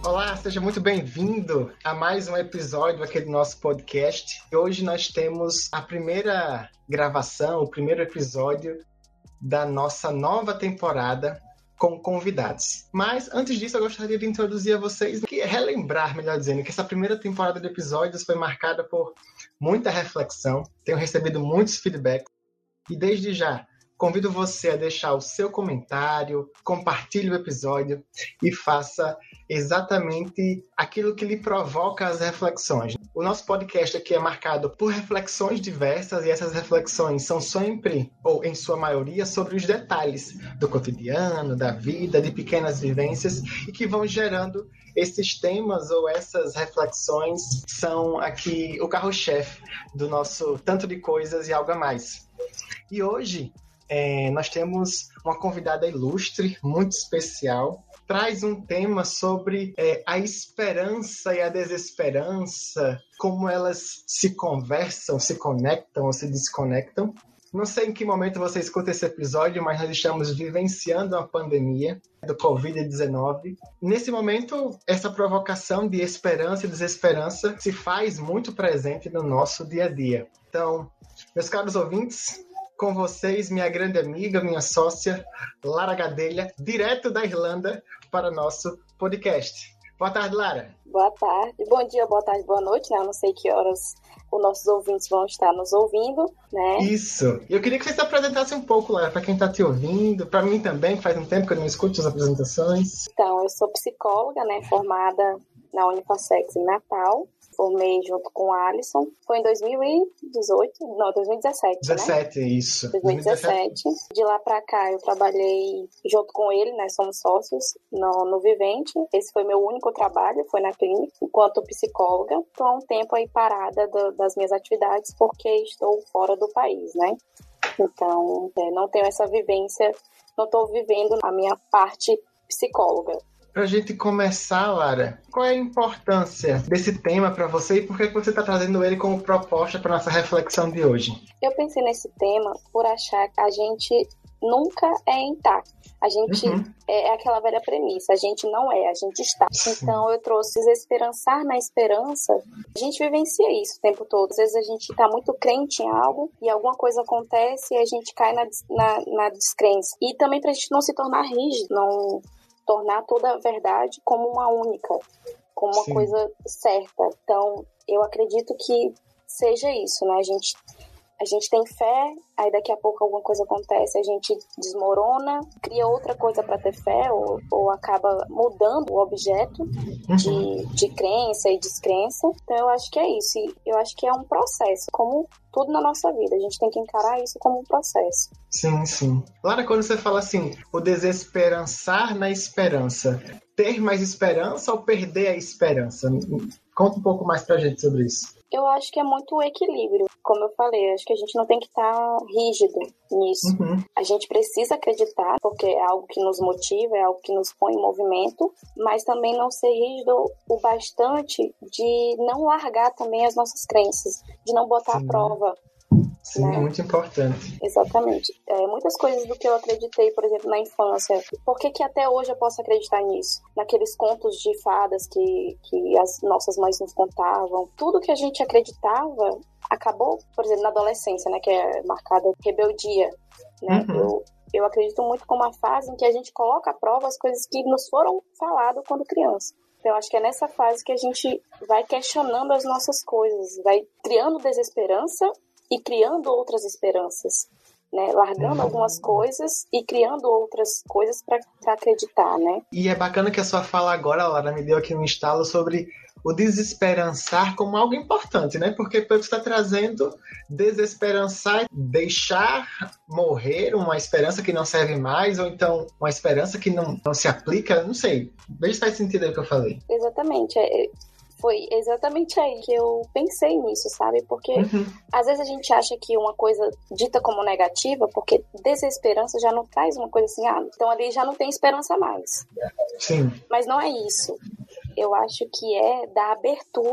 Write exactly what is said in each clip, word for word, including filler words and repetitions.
Olá, seja muito bem-vindo a mais um episódio aqui do nosso podcast. Hoje nós temos a primeira gravação, o primeiro episódio da nossa nova temporada com convidados. Mas antes disso, eu gostaria de introduzir a vocês, que relembrar, melhor dizendo, que essa primeira temporada de episódios foi marcada por muita reflexão. Tenho recebido muitos feedbacks e desde já convido você a deixar o seu comentário, compartilhe o episódio e faça exatamente aquilo que lhe provoca as reflexões. O nosso podcast aqui é marcado por reflexões diversas e essas reflexões são sempre, ou em sua maioria, sobre os detalhes do cotidiano, da vida, de pequenas vivências e que vão gerando esses temas ou essas reflexões são aqui o carro-chefe do nosso Tanto de Coisas e Algo a Mais. E hoje É, nós temos uma convidada ilustre, muito especial, traz um tema sobre é, a esperança e a desesperança, como elas se conversam, se conectam ou se desconectam. Não sei em que momento você escuta esse episódio, mas nós estamos vivenciando a pandemia do covid dezenove. Nesse momento, essa provocação de esperança e desesperança se faz muito presente no nosso dia a dia. Então, meus caros ouvintes, com vocês, minha grande amiga, minha sócia, Lara Gadelha, direto da Irlanda, para nosso podcast. Boa tarde, Lara. Boa tarde, bom dia, boa tarde, boa noite, né? Eu não sei que horas os nossos ouvintes vão estar nos ouvindo, né? Isso. Eu queria que você se apresentasse um pouco, Lara, para quem está te ouvindo, para mim também, que faz um tempo que eu não escuto as apresentações. Então, eu sou psicóloga, né? Formada na Unifacex em Natal. Formei junto com o Alisson. Foi em dois mil e dezoito, não, dois mil e dezessete, dezessete, né? Isso. dois mil e dezessete. De lá pra cá, eu trabalhei junto com ele, né? Somos sócios no, no Vivente. Esse foi meu único trabalho, foi na clínica, enquanto psicóloga. Estou há um tempo aí parada do, das minhas atividades, porque estou fora do país, né? Então, é, não tenho essa vivência, não estou vivendo a minha parte psicóloga. Para a gente começar, Lara, qual é a importância desse tema para você e por que você está trazendo ele como proposta para nossa reflexão de hoje? Eu pensei nesse tema por achar que a gente nunca é intacto. A gente uhum. é, é aquela velha premissa, a gente não é, a gente está. Sim. Então eu trouxe desesperançar na esperança. A gente vivencia isso o tempo todo. Às vezes a gente está muito crente em algo e alguma coisa acontece e a gente cai na, na, na descrença. E também para a gente não se tornar rígido, não tornar toda a verdade como uma única, como uma Sim. coisa certa. Então, eu acredito que seja isso, né? A gente, a gente tem fé, aí daqui a pouco alguma coisa acontece, a gente desmorona, cria outra coisa para ter fé, ou, ou acaba mudando o objeto uhum. de, de crença e descrença. Então, eu acho que é isso. E eu acho que é um processo, como tudo na nossa vida. A gente tem que encarar isso como um processo. Sim, sim. Lara, quando você fala assim, o desesperançar na esperança, ter mais esperança ou perder a esperança? Conta um pouco mais pra gente sobre isso. Eu acho que é muito o equilíbrio. Como eu falei, acho que a gente não tem que estar rígido nisso. Uhum. A gente precisa acreditar, porque é algo que nos motiva, é algo que nos põe em movimento, mas também não ser rígido o bastante de não largar também as nossas crenças, de não botar Sim. à prova. Sim, né? Muito importante. Exatamente. É, muitas coisas do que eu acreditei, por exemplo, na infância. Por que que até hoje eu posso acreditar nisso? Naqueles contos de fadas que, que as nossas mães nos contavam. Tudo que a gente acreditava acabou, por exemplo, na adolescência, né? Que é marcada rebeldia. Né? Uhum. Eu, eu acredito muito como uma fase em que a gente coloca à prova as coisas que nos foram faladas quando criança. Então, eu acho que é nessa fase que a gente vai questionando as nossas coisas, vai criando desesperança e criando outras esperanças, né? Largando uhum. algumas coisas e criando outras coisas para acreditar, né? E é bacana que a sua fala agora, Lara, me deu aqui um estalo sobre o desesperançar como algo importante, né? Porque você está trazendo desesperançar, deixar morrer uma esperança que não serve mais, ou então uma esperança que não, não se aplica, não sei. Veja se faz sentido aí o que eu falei. Exatamente, é... Foi exatamente aí que eu pensei nisso, sabe? Porque uhum. às vezes a gente acha que uma coisa dita como negativa, porque desesperança já não traz uma coisa assim, ah, então ali já não tem esperança mais. Sim. Mas não é isso. Eu acho que é dar abertura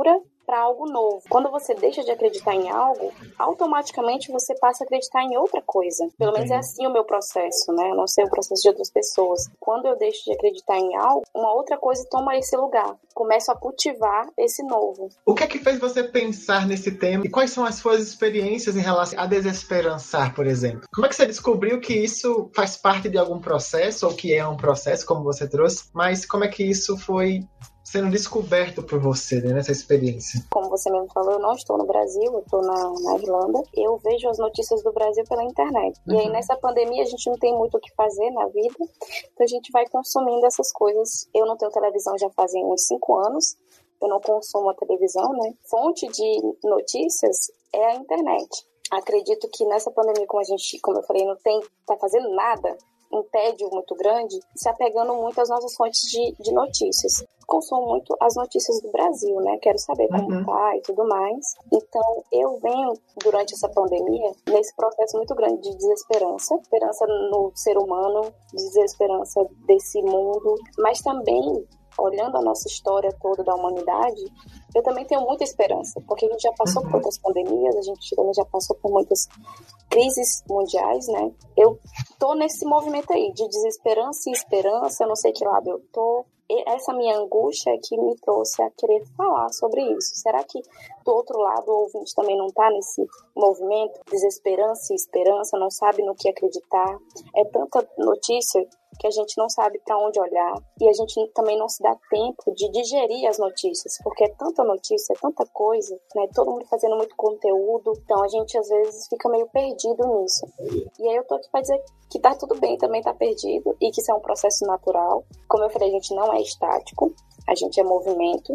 para algo novo. Quando você deixa de acreditar em algo, automaticamente você passa a acreditar em outra coisa. Pelo menos é assim o meu processo, né? Eu não sei o processo de outras pessoas. Quando eu deixo de acreditar em algo, uma outra coisa toma esse lugar. Começo a cultivar esse novo. O que é que fez você pensar nesse tema? E quais são as suas experiências em relação a desesperançar, por exemplo? Como é que você descobriu que isso faz parte de algum processo, ou que é um processo, como você trouxe, mas como é que isso foi sendo descoberto por você, né, nessa experiência? Como você mesmo falou, eu não estou no Brasil, eu estou na, na Irlanda. Eu vejo as notícias do Brasil pela internet. Uhum. E aí, nessa pandemia, a gente não tem muito o que fazer na vida, então a gente vai consumindo essas coisas. Eu não tenho televisão já fazem uns cinco anos, eu não consumo a televisão, né? Fonte de notícias é a internet. Acredito que nessa pandemia, como a gente, como eu falei, não tem, tá fazendo nada, um tédio muito grande, se apegando muito às nossas fontes de, de notícias. Consumo muito as notícias do Brasil, né? Quero saber como uhum. tá e tudo mais. Então, eu venho, durante essa pandemia, nesse processo muito grande de desesperança. Esperança no ser humano, desesperança desse mundo, mas também, olhando a nossa história toda da humanidade, eu também tenho muita esperança, porque a gente já passou uhum. por outras pandemias, a gente também já passou por muitas crises mundiais, né? Eu tô nesse movimento aí, de desesperança e esperança, eu não sei que lado eu tô. E essa minha angústia é que me trouxe a querer falar sobre isso. Será que do outro lado o ouvinte também não tá nesse movimento? Desesperança e esperança, não sabe no que acreditar. É tanta notícia que a gente não sabe para onde olhar, e a gente também não se dá tempo de digerir as notícias, porque é tanta notícia, é tanta coisa, né? Todo mundo fazendo muito conteúdo, então a gente às vezes fica meio perdido nisso. E aí eu tô aqui para dizer que tá tudo bem também tá perdido, e que isso é um processo natural. Como eu falei, a gente não é estático, a gente é movimento.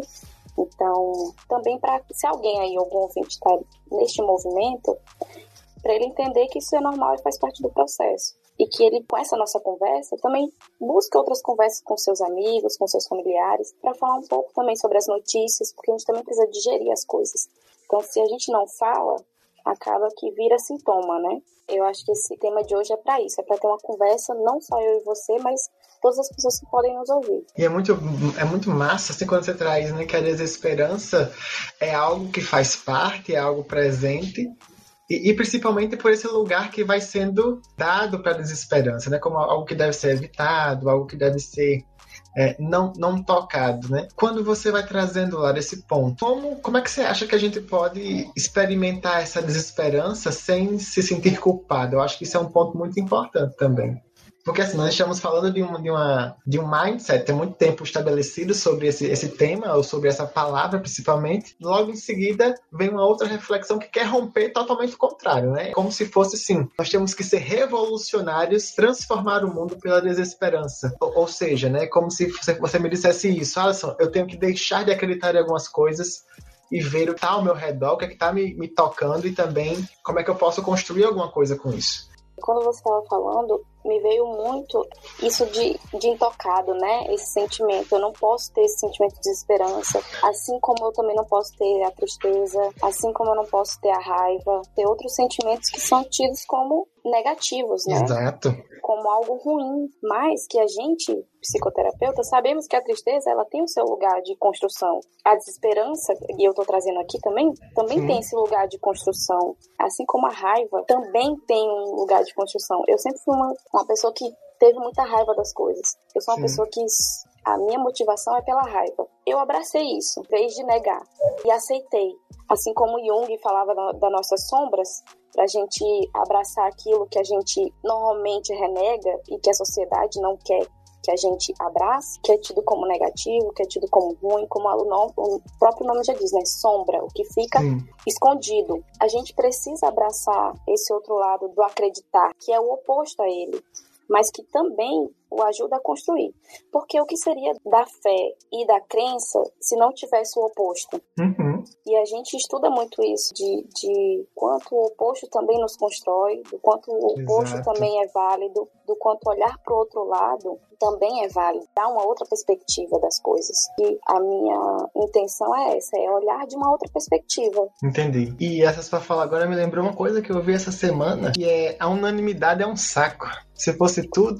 Então, também para se alguém aí, algum ouvinte está neste movimento, para ele entender que isso é normal e faz parte do processo. E que ele, com essa nossa conversa, também busca outras conversas com seus amigos, com seus familiares, para falar um pouco também sobre as notícias, porque a gente também precisa digerir as coisas. Então, se a gente não fala, acaba que vira sintoma, né? Eu acho que esse tema de hoje é para isso, é para ter uma conversa, não só eu e você, mas todas as pessoas que podem nos ouvir. E é muito, é muito massa, assim, quando você traz, né, que a desesperança é algo que faz parte, é algo presente, E, e principalmente por esse lugar que vai sendo dado para a desesperança, né? Como algo que deve ser evitado, algo que deve ser é, não, não tocado, né? Quando você vai trazendo lá desse ponto, como, como é que você acha que a gente pode experimentar essa desesperança sem se sentir culpado? Eu acho que isso é um ponto muito importante também. Porque assim, nós estamos falando de, uma, de, uma, de um mindset, tem muito tempo estabelecido sobre esse, esse tema, ou sobre essa palavra principalmente. Logo em seguida, vem uma outra reflexão que quer romper totalmente o contrário, né? Como se fosse assim, nós temos que ser revolucionários, transformar o mundo pela desesperança. Ou, ou seja, né, como se você, você me dissesse isso, Alisson, eu tenho que deixar de acreditar em algumas coisas e ver o que está ao meu redor, o que é que está me, me tocando, e também como é que eu posso construir alguma coisa com isso. Quando você estava falando, me veio muito isso de, de intocado, né? Esse sentimento. Eu não posso ter esse sentimento de desesperança, assim como eu também não posso ter a tristeza, assim como eu não posso ter a raiva, ter outros sentimentos que são tidos como negativos, né? Exato. Como algo ruim, mas que a gente, psicoterapeuta, sabemos que a tristeza, ela tem o seu lugar de construção. A desesperança, e eu tô trazendo aqui também, também Sim. tem esse lugar de construção. Assim como a raiva também tem um lugar de construção. Eu sempre fui uma, uma pessoa que teve muita raiva das coisas. Eu sou uma Sim. pessoa que a minha motivação é pela raiva. Eu abracei isso, em vez de negar, e aceitei. Assim como Jung falava das nossas sombras, pra gente abraçar aquilo que a gente normalmente renega e que a sociedade não quer que a gente abrace, que é tido como negativo, que é tido como ruim, como o próprio nome já diz, né? Sombra, o que fica Sim. escondido. A gente precisa abraçar esse outro lado do acreditar, que é o oposto a ele, mas que também o ajuda a construir. Porque o que seria da fé e da crença se não tivesse o oposto? Uhum. E a gente estuda muito isso, de, de quanto o oposto também nos constrói, do quanto o oposto Exato. também é válido, do quanto olhar para o outro lado também é válido, dá uma outra perspectiva das coisas. E a minha intenção é essa, é olhar de uma outra perspectiva. Entendi. E essa sua fala agora me lembrou uma coisa que eu vi essa semana, que é a unanimidade é um saco. Se fosse tudo,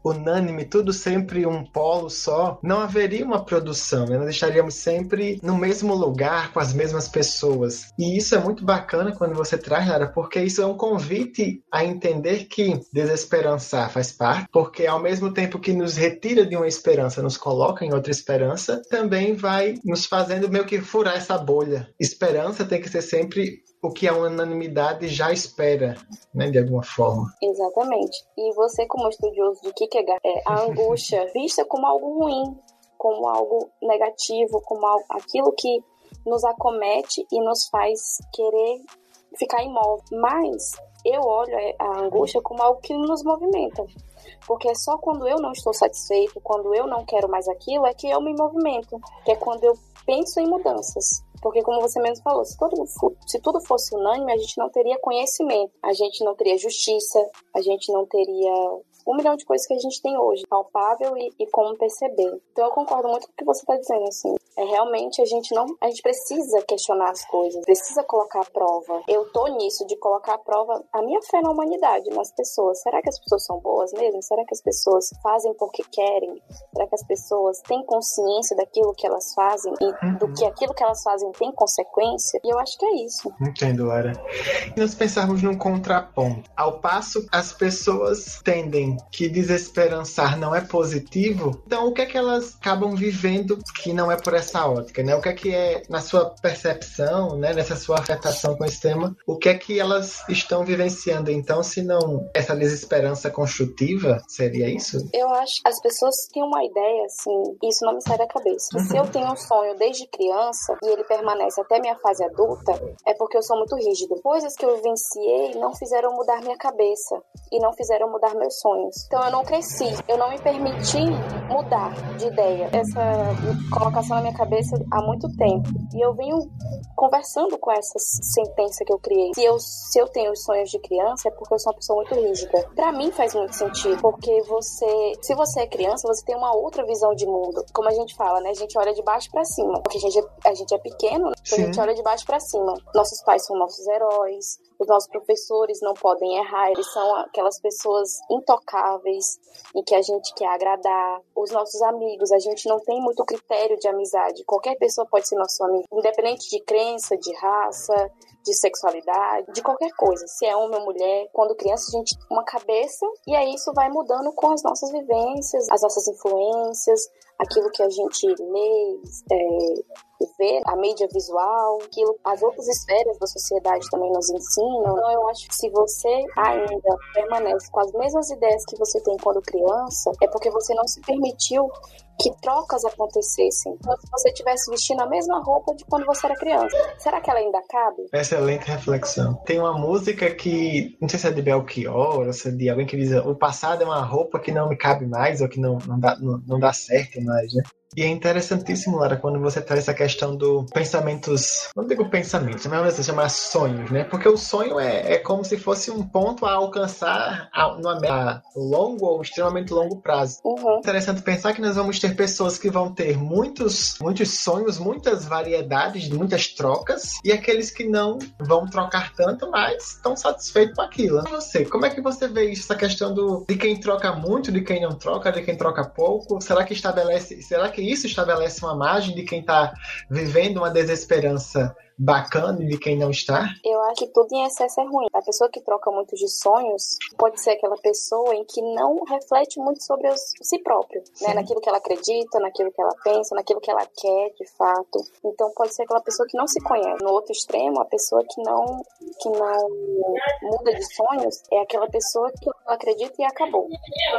unânime, tudo sempre um polo só, não haveria uma produção, né? Nós estaríamos sempre no mesmo lugar, com as mesmas pessoas. E isso é muito bacana quando você traz, Lara, porque isso é um convite a entender que desesperançar faz parte, porque ao mesmo tempo que nos retira de uma esperança, nos coloca em outra esperança, também vai nos fazendo meio que furar essa bolha. Esperança tem que ser sempre o que a unanimidade já espera, né, de alguma forma. Exatamente. E você, como estudioso de Kierkegaard, é, a angústia vista como algo ruim, como algo negativo, como algo, aquilo que nos acomete e nos faz querer ficar imóvel. Mas eu olho a angústia como algo que nos movimenta. Porque é só quando eu não estou satisfeito, quando eu não quero mais aquilo, é que eu me movimento. Que é quando eu penso em mudanças. Porque, como você mesmo falou, se, todo, se tudo fosse unânime, a gente não teria conhecimento, a gente não teria justiça, a gente não teria um milhão de coisas que a gente tem hoje, palpável e, e como perceber. Então, eu concordo muito com o que você está dizendo, assim. É realmente a gente não... A gente precisa questionar as coisas, precisa colocar a prova. Eu tô nisso, de colocar a prova, a minha fé na humanidade, nas pessoas. Será que as pessoas são boas mesmo? Será que as pessoas fazem porque querem? Será que as pessoas têm consciência daquilo que elas fazem e uhum. do que aquilo que elas fazem tem consequência? E eu acho que é isso. Entendo, Lara. E nós pensarmos num contraponto. Ao passo, as pessoas tendem que desesperançar não é positivo, então o que é que elas acabam vivendo que não é por essa ótica, né? O que é que é, na sua percepção, né, nessa sua afetação com esse tema, o que é que elas estão vivenciando, então, se não essa desesperança construtiva, seria isso? Eu acho que as pessoas têm uma ideia, assim, isso não me sai da cabeça. Uhum. Se eu tenho um sonho desde criança e ele permanece até minha fase adulta, é porque eu sou muito rígido. Coisas que eu vivenciei não fizeram mudar minha cabeça e não fizeram mudar meus sonhos. Então eu não cresci, eu não me permiti mudar de ideia. Essa colocação na minha cabeça há muito tempo. E eu venho conversando com essa sentença que eu criei. Se eu, se eu tenho os sonhos de criança, é porque eu sou uma pessoa muito rígida. Pra mim faz muito sentido, porque você, se você é criança, você tem uma outra visão de mundo. Como a gente fala, né? A gente olha de baixo pra cima. Porque a gente é, a gente é pequeno, então a gente olha de baixo pra cima. Nossos pais são nossos heróis. Os nossos professores não podem errar, eles são aquelas pessoas intocáveis em que a gente quer agradar. Os nossos amigos, a gente não tem muito critério de amizade. Qualquer pessoa pode ser nosso amigo, independente de crença, de raça, de sexualidade, de qualquer coisa. Se é homem ou mulher, quando criança a gente tem uma cabeça e aí isso vai mudando com as nossas vivências, as nossas influências, aquilo que a gente lê, é, vê, a mídia visual, aquilo, as outras esferas da sociedade também nos ensinam. Então eu acho que se você ainda permanece com as mesmas ideias que você tem quando criança, é porque você não se permitiu que trocas acontecessem. Como se você estivesse vestindo a mesma roupa de quando você era criança. Será que ela ainda cabe? Excelente reflexão. Tem uma música que, não sei se é de Belchior ou se é de alguém que diz: o passado é uma roupa que não me cabe mais ou que não, não, dá, não, não dá certo mais, né? E é interessantíssimo, Lara, quando você traz essa questão do pensamentos, não digo pensamentos, mas você chamar sonhos, né? Porque o sonho é, é como se fosse um ponto a alcançar a, numa meta longo ou extremamente longo prazo. Uhum. Interessante pensar que nós vamos ter pessoas que vão ter muitos, muitos sonhos, muitas variedades, muitas trocas, e aqueles que não vão trocar tanto, mas estão satisfeitos com aquilo. E você, como é que você vê isso, essa questão do, de quem troca muito, de quem não troca, de quem troca pouco? Será que estabelece, será que isso estabelece uma margem de quem está vivendo uma desesperança bacana e de quem não está? Eu acho que tudo em excesso é ruim. A pessoa que troca muito de sonhos pode ser aquela pessoa em que não reflete muito sobre os, si próprio, né? Naquilo que ela acredita, naquilo que ela pensa, naquilo que ela quer de fato. Então pode ser aquela pessoa que não se conhece. No outro extremo, a pessoa que não, que não muda de sonhos é aquela pessoa que ela acredita e acabou.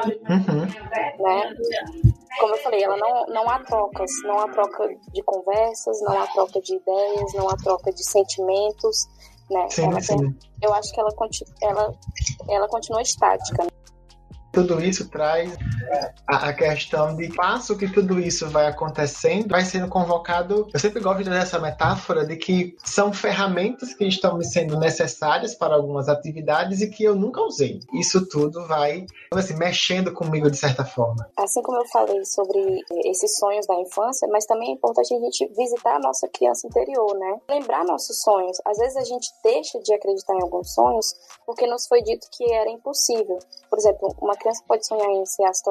Uhum. Né? Como eu falei, ela não, não há trocas, não há troca de conversas, não há troca de ideias, não há troca de sentimentos, né? Sim, ela sim. Tem, eu acho que ela, ela, ela continua estática, né? Tudo isso traz a, a questão de passo que tudo isso vai acontecendo, vai sendo convocado. Eu sempre gosto dessa metáfora de que são ferramentas que estão me sendo necessárias para algumas atividades e que eu nunca usei. Isso tudo vai, assim, mexendo comigo de certa forma. Assim como eu falei sobre esses sonhos da infância, mas também é importante a gente visitar a nossa criança interior, né? Lembrar nossos sonhos. Às vezes a gente deixa de acreditar em alguns sonhos porque nos foi dito que era impossível. Por exemplo, uma criança pode sonhar em ser astronauta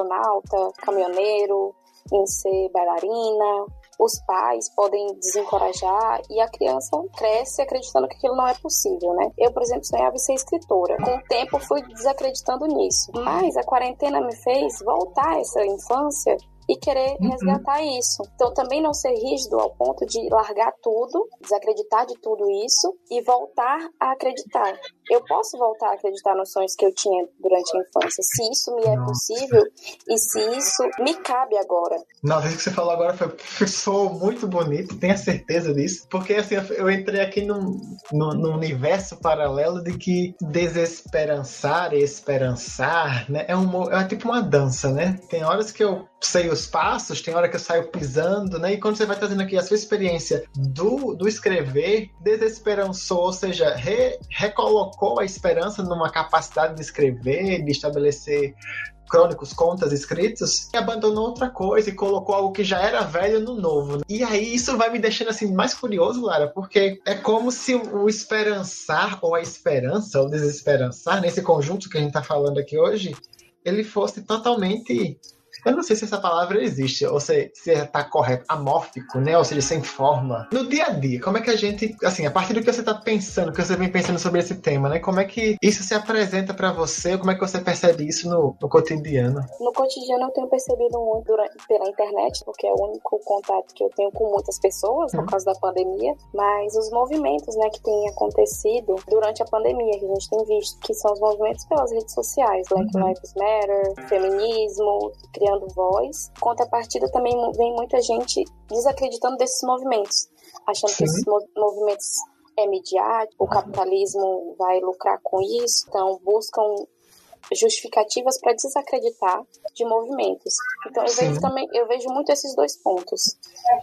astronauta, caminhoneiro, em ser bailarina. Os pais podem desencorajar e a criança cresce acreditando que aquilo não é possível, né? Eu, por exemplo, sonhava em ser escritora. Com o tempo, fui desacreditando nisso. Mas a quarentena me fez voltar a essa infância e querer uhum. resgatar isso. Então, também não ser rígido ao ponto de largar tudo, desacreditar de tudo isso e voltar a acreditar. Eu posso voltar a acreditar nos sonhos que eu tinha durante a infância, se isso me é possível e se isso me cabe agora. Não, isso que você falou agora foi, foi muito bonito, tenha certeza disso, porque assim, eu entrei aqui num, num, num universo paralelo de que desesperançar e esperançar, né, é, um, é tipo uma dança, né? Tem horas que eu sei os passos, tem hora que eu saio pisando, né? E quando você vai trazendo aqui a sua experiência do, do escrever, desesperançou, ou seja, re, recolocou a esperança numa capacidade de escrever, de estabelecer crônicos, contas, escritos, e abandonou outra coisa e colocou algo que já era velho no novo. E aí isso vai me deixando assim mais curioso, Lara, porque é como se o esperançar ou a esperança, ou desesperançar, nesse conjunto que a gente está falando aqui hoje, ele fosse totalmente... Eu não sei se essa palavra existe, ou se está correto, amórfico, né? Ou seja, sem forma. No dia a dia, como é que a gente, assim, a partir do que você está pensando, que você vem pensando sobre esse tema, né? Como é que isso se apresenta para você? Como é que você percebe isso no, no cotidiano? No cotidiano eu tenho percebido muito durante, pela internet, porque é o único contato que eu tenho com muitas pessoas por causa da pandemia, mas os movimentos, né, que têm acontecido durante a pandemia, que a gente tem visto, que são os movimentos pelas redes sociais, Black uhum. Lives Matter, feminismo, criando voz. Contrapartida também vem muita gente desacreditando desses movimentos, achando Sim. que esses movimentos é midiático, o capitalismo vai lucrar com isso, então buscam justificativas para desacreditar de movimentos. Então eu vejo também, eu vejo muito esses dois pontos.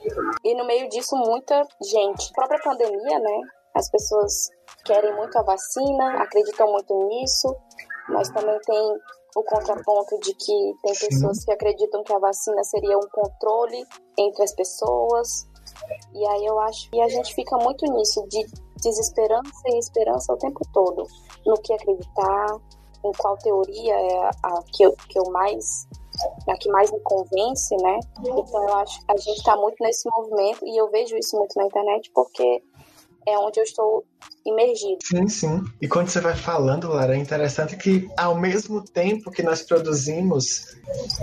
E no meio disso muita gente, a própria pandemia, né? As pessoas querem muito a vacina, acreditam muito nisso, mas também tem o contraponto de que tem pessoas Sim. que acreditam que a vacina seria um controle entre as pessoas. E aí eu acho que a gente fica muito nisso, de desesperança e esperança o tempo todo. No que acreditar, em qual teoria é a que eu, que eu mais... a que mais me convence, né? Então eu acho que a gente está muito nesse movimento e eu vejo isso muito na internet porque é onde eu estou imergido. Sim, sim. E quando você vai falando, Lara, é interessante que ao mesmo tempo que nós produzimos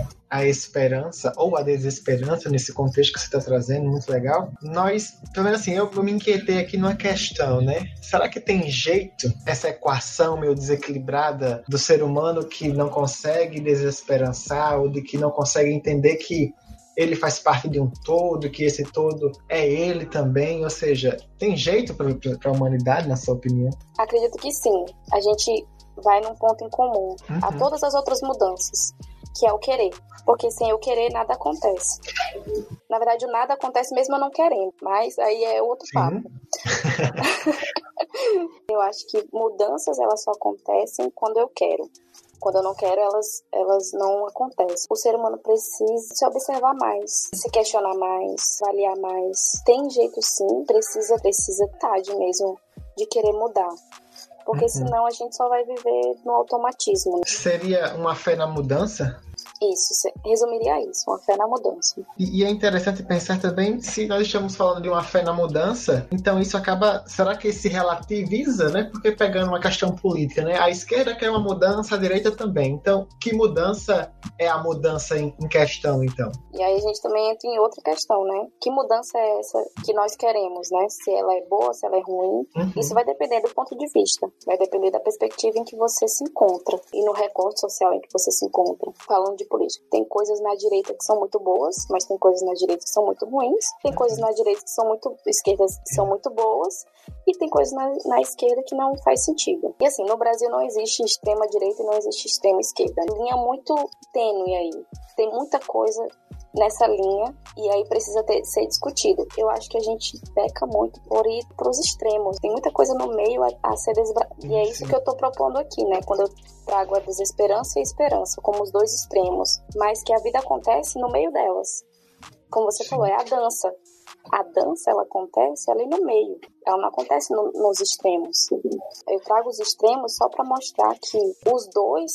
a esperança ou a desesperança nesse contexto que você está trazendo, muito legal, nós, pelo menos assim, eu, eu me inquietei aqui numa questão, né? Será que tem jeito essa equação meio desequilibrada do ser humano que não consegue desesperançar ou de que não consegue entender que ele faz parte de um todo, que esse todo é ele também, ou seja, tem jeito para a humanidade, na sua opinião? Acredito que sim. A gente vai num ponto em comum uhum. a todas as outras mudanças, que é o querer. Porque sem eu querer, nada acontece. Na verdade, o nada acontece mesmo eu não querendo, mas aí é outro sim. papo. Eu acho que mudanças, elas só acontecem quando eu quero. Quando eu não quero, elas, elas não acontecem. O ser humano precisa se observar mais, se questionar mais, avaliar mais. Tem jeito sim, precisa, precisa tarde mesmo de querer mudar. Porque uhum. senão a gente só vai viver no automatismo. Seria uma fé na mudança? Isso, resumiria isso, uma fé na mudança. E, e é interessante pensar também, se nós estamos falando de uma fé na mudança, então isso acaba, será que se relativiza, né? Porque pegando uma questão política, né? A esquerda quer uma mudança, a direita também. Então, que mudança é a mudança em, em questão, então? E aí a gente também entra em outra questão, né? Que mudança é essa que nós queremos, né? Se ela é boa, se ela é ruim. Uhum. Isso vai depender do ponto de vista, vai depender da perspectiva em que você se encontra e no recorte social em que você se encontra. Falando de política, tem coisas na direita que são muito boas, mas tem coisas na direita que são muito ruins, tem coisas na direita que são muito esquerdas que são muito boas e tem coisas na, na esquerda que não faz sentido. E assim, no Brasil não existe extrema direita e não existe extrema esquerda. Linha muito tênue aí. Tem muita coisa nessa linha e aí precisa ter, ser discutido. Eu acho que a gente peca muito por ir para os extremos. Tem muita coisa no meio a, a ser desbravada. E é isso que eu estou propondo aqui, né? Quando eu trago a desesperança e a esperança como os dois extremos, mas que a vida acontece no meio delas. Como você falou, é a dança. A dança, ela acontece ali no meio. Ela não acontece no, nos extremos. Eu trago os extremos só para mostrar que os dois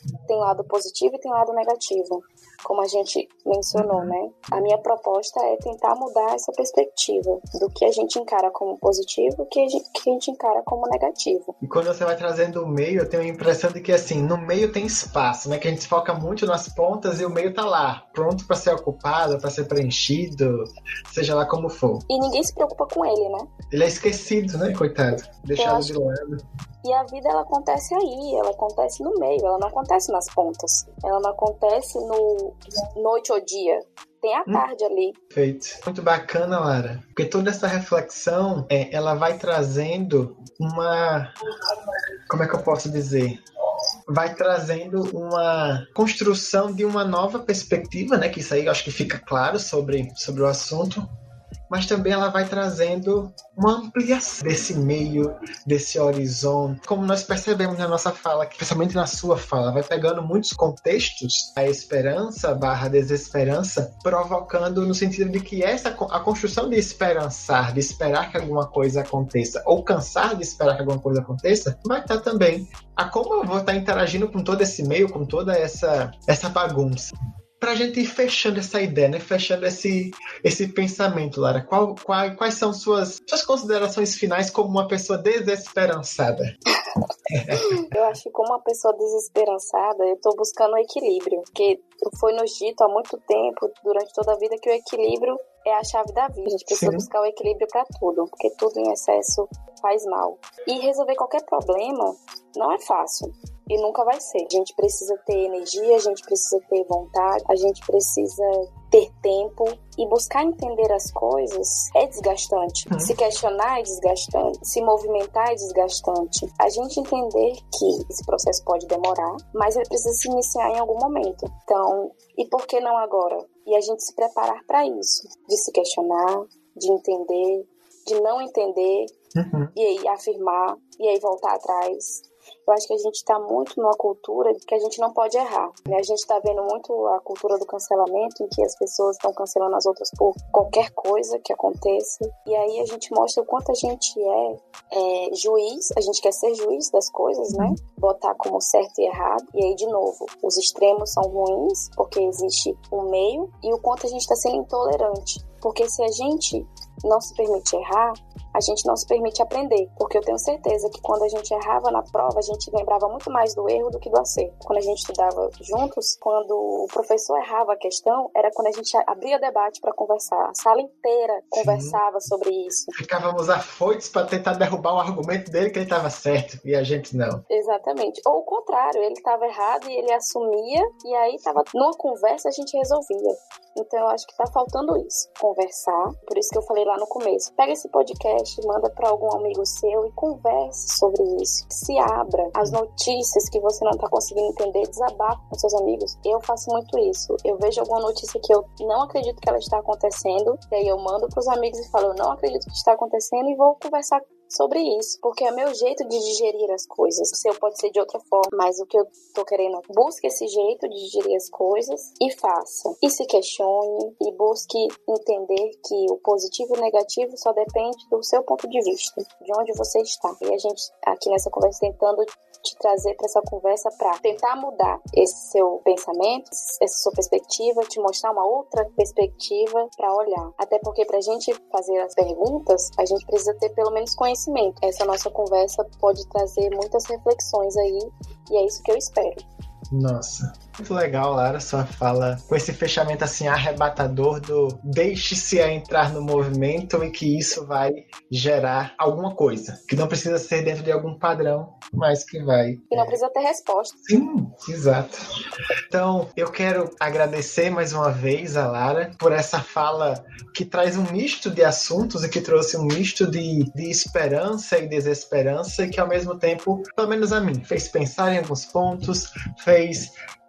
tem lado positivo e tem lado negativo, como a gente mencionou, né? A minha proposta é tentar mudar essa perspectiva do que a gente encara como positivo e o que a gente, que a gente encara como negativo. E quando você vai trazendo o meio, eu tenho a impressão de que, assim, no meio tem espaço, né? Que a gente foca muito nas pontas e o meio tá lá, pronto para ser ocupado, para ser preenchido, seja lá como for. E ninguém se preocupa com ele, né? Ele é esquecido, né, coitado? Deixado de lado. E a vida, ela acontece aí, ela acontece no meio, ela não acontece nas pontas. Ela não acontece no noite ou dia. Tem a tarde hum, ali. Perfeito. Muito bacana, Lara. Porque toda essa reflexão, é, ela vai trazendo uma... Como é que eu posso dizer? Vai trazendo uma construção de uma nova perspectiva, né? Que isso aí eu acho que fica claro sobre, sobre o assunto. Mas também ela vai trazendo uma ampliação desse meio, desse horizonte. Como nós percebemos na nossa fala, especialmente na sua fala, vai pegando muitos contextos, a esperança barra desesperança, provocando no sentido de que essa, a construção de esperançar, de esperar que alguma coisa aconteça, ou cansar de esperar que alguma coisa aconteça, vai estar também a como eu vou estar interagindo com todo esse meio, com toda essa, essa bagunça. Para a gente ir fechando essa ideia, né? Fechando esse, esse pensamento, Lara, qual, qual, quais são suas, suas considerações finais como uma pessoa desesperançada? Eu acho que como uma pessoa desesperançada, eu estou buscando o equilíbrio, porque foi nos dito há muito tempo, durante toda a vida, que o equilíbrio é a chave da vida. A gente precisa Sim. buscar o equilíbrio para tudo, porque tudo em excesso faz mal. E resolver qualquer problema não é fácil. E nunca vai ser. A gente precisa ter energia, a gente precisa ter vontade, a gente precisa ter tempo. E buscar entender as coisas é desgastante. Uhum. Se questionar é desgastante. Se movimentar é desgastante. A gente entender que esse processo pode demorar, mas ele precisa se iniciar em algum momento. Então, e por que não agora? E a gente se preparar para isso. De se questionar, de entender, de não entender, uhum. e aí afirmar, e aí voltar atrás. Eu acho que a gente está muito numa cultura de que a gente não pode errar, né? A gente está vendo muito a cultura do cancelamento, em que as pessoas estão cancelando as outras por qualquer coisa que aconteça. E aí a gente mostra o quanto a gente é, é juiz, a gente quer ser juiz das coisas, né? Botar como certo e errado. E aí, de novo, os extremos são ruins, porque existe um meio, e o quanto a gente está sendo intolerante. Porque se a gente não se permite errar, a gente não se permite aprender. Porque eu tenho certeza que quando a gente errava na prova, a gente lembrava muito mais do erro do que do acerto. Quando a gente estudava juntos, quando o professor errava a questão, era quando a gente abria debate para conversar. A sala inteira conversava Sim. sobre isso. Ficávamos afoitos para tentar derrubar o argumento dele que ele estava certo e a gente não. Exatamente. Ou o contrário, ele estava errado e ele assumia, e aí tava numa conversa a gente resolvia. Então eu acho que tá faltando isso, conversar. Por isso que eu falei lá no começo, pega esse podcast, manda para algum amigo seu e converse sobre isso. Se abra. As notícias que você não tá conseguindo entender, desabafa com seus amigos. Eu faço muito isso. Eu vejo alguma notícia que eu não acredito que ela está acontecendo, e aí eu mando pros amigos e falo, eu não acredito que está acontecendo, e vou conversar sobre isso, porque é meu jeito de digerir as coisas. O seu pode ser de outra forma, mas o que eu tô querendo, busque esse jeito de digerir as coisas e faça. E se questione e busque entender que o positivo e o negativo só depende do seu ponto de vista, de onde você está. E a gente aqui nessa conversa tentando te trazer para essa conversa para tentar mudar esse seu pensamento, essa sua perspectiva, te mostrar uma outra perspectiva para olhar. Até porque pra gente fazer as perguntas, a gente precisa ter pelo menos conhecimento. Essa nossa conversa pode trazer muitas reflexões aí, e é isso que eu espero. Nossa, muito legal, Lara, sua fala com esse fechamento assim arrebatador do deixe-se entrar no movimento e que isso vai gerar alguma coisa, que não precisa ser dentro de algum padrão, mas que vai... E não é... precisa ter resposta. Sim, exato. Então, eu quero agradecer mais uma vez a Lara por essa fala que traz um misto de assuntos e que trouxe um misto de, de esperança e desesperança e que ao mesmo tempo, pelo menos a mim, fez pensar em alguns pontos, fez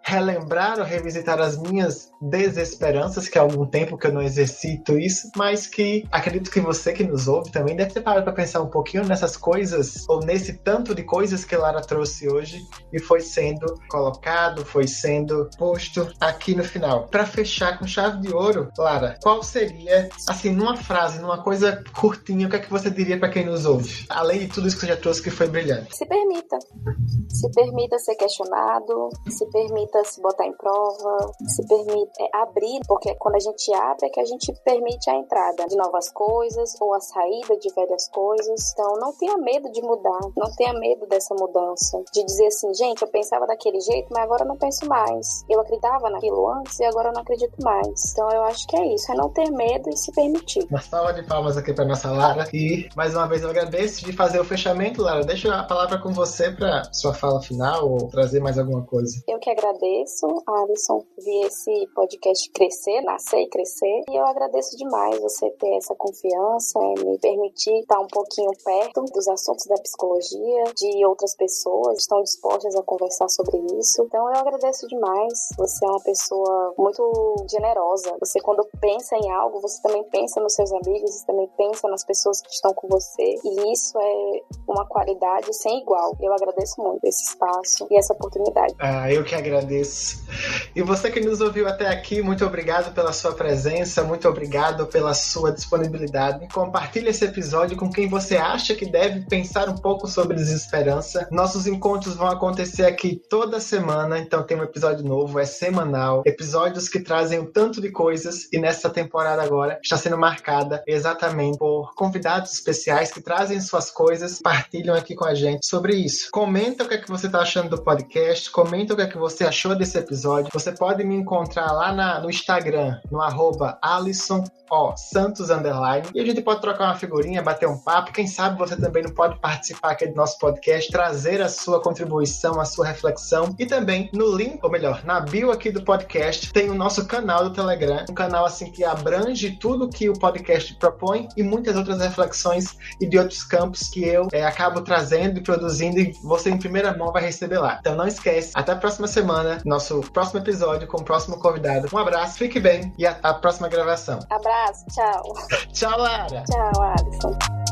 relembrar ou revisitar as minhas desesperanças, que há algum tempo que eu não exercito isso, mas que acredito que você que nos ouve também deve ter parado para pensar um pouquinho nessas coisas, ou nesse tanto de coisas que Lara trouxe hoje e foi sendo colocado, foi sendo posto aqui no final. Para fechar com chave de ouro, Lara, qual seria, assim, numa frase, numa coisa curtinha, o que é que você diria para quem nos ouve? Além de tudo isso que você já trouxe que foi brilhante. Se permita. Se permita ser questionado, se permita se botar em prova, se permita é, abrir, porque quando a gente abre é que a gente permite a entrada de novas coisas ou a saída de velhas coisas. Então não tenha medo de mudar, não tenha medo dessa mudança, de dizer assim, gente, eu pensava daquele jeito, mas agora eu não penso mais. Eu acreditava naquilo antes e agora eu não acredito mais. Então eu acho que é isso, é não ter medo e se permitir. Uma salva de palmas aqui para nossa Lara e mais uma vez eu agradeço de fazer o fechamento, Lara. Deixa a palavra com você para sua fala final ou trazer mais alguma coisa. Eu que agradeço, Alisson, vi esse podcast crescer, nascer e crescer, e eu agradeço demais você ter essa confiança, me permitir estar um pouquinho perto dos assuntos da psicologia, de outras pessoas que estão dispostas a conversar sobre isso. Então eu agradeço demais, você é uma pessoa muito generosa, você quando pensa em algo, você também pensa nos seus amigos, você também pensa nas pessoas que estão com você, e isso é uma qualidade sem igual. Eu agradeço muito esse espaço e essa oportunidade. Ah, eu que agradeço. E você que nos ouviu até aqui, muito obrigado pela sua presença, muito obrigado pela sua disponibilidade. Compartilhe esse episódio com quem você acha que deve pensar um pouco sobre desesperança. Nossos encontros vão acontecer aqui toda semana, então tem um episódio novo, é semanal. Episódios que trazem um tanto de coisas e nessa temporada agora está sendo marcada exatamente por convidados especiais que trazem suas coisas, partilham aqui com a gente sobre isso. Comenta o que é que você está achando do podcast, comenta o que é que você achou desse episódio. Você pode me encontrar lá na, no Instagram, no arroba Alisson ó, Santos underline, e a gente pode trocar uma figurinha, bater um papo. Quem sabe você também não pode participar aqui do nosso podcast, trazer a sua contribuição, a sua reflexão, e também no link, ou melhor, na bio aqui do podcast, tem o nosso canal do Telegram, um canal assim que abrange tudo que o podcast propõe e muitas outras reflexões e de outros campos que eu é, acabo trazendo e produzindo, e você em primeira mão vai receber lá. Então não esquece, até a próxima semana, nosso próximo episódio com o próximo convidado. Um abraço, fique bem e até a próxima gravação. Abraço, tchau. Tchau, Lara. Tchau, Alisson.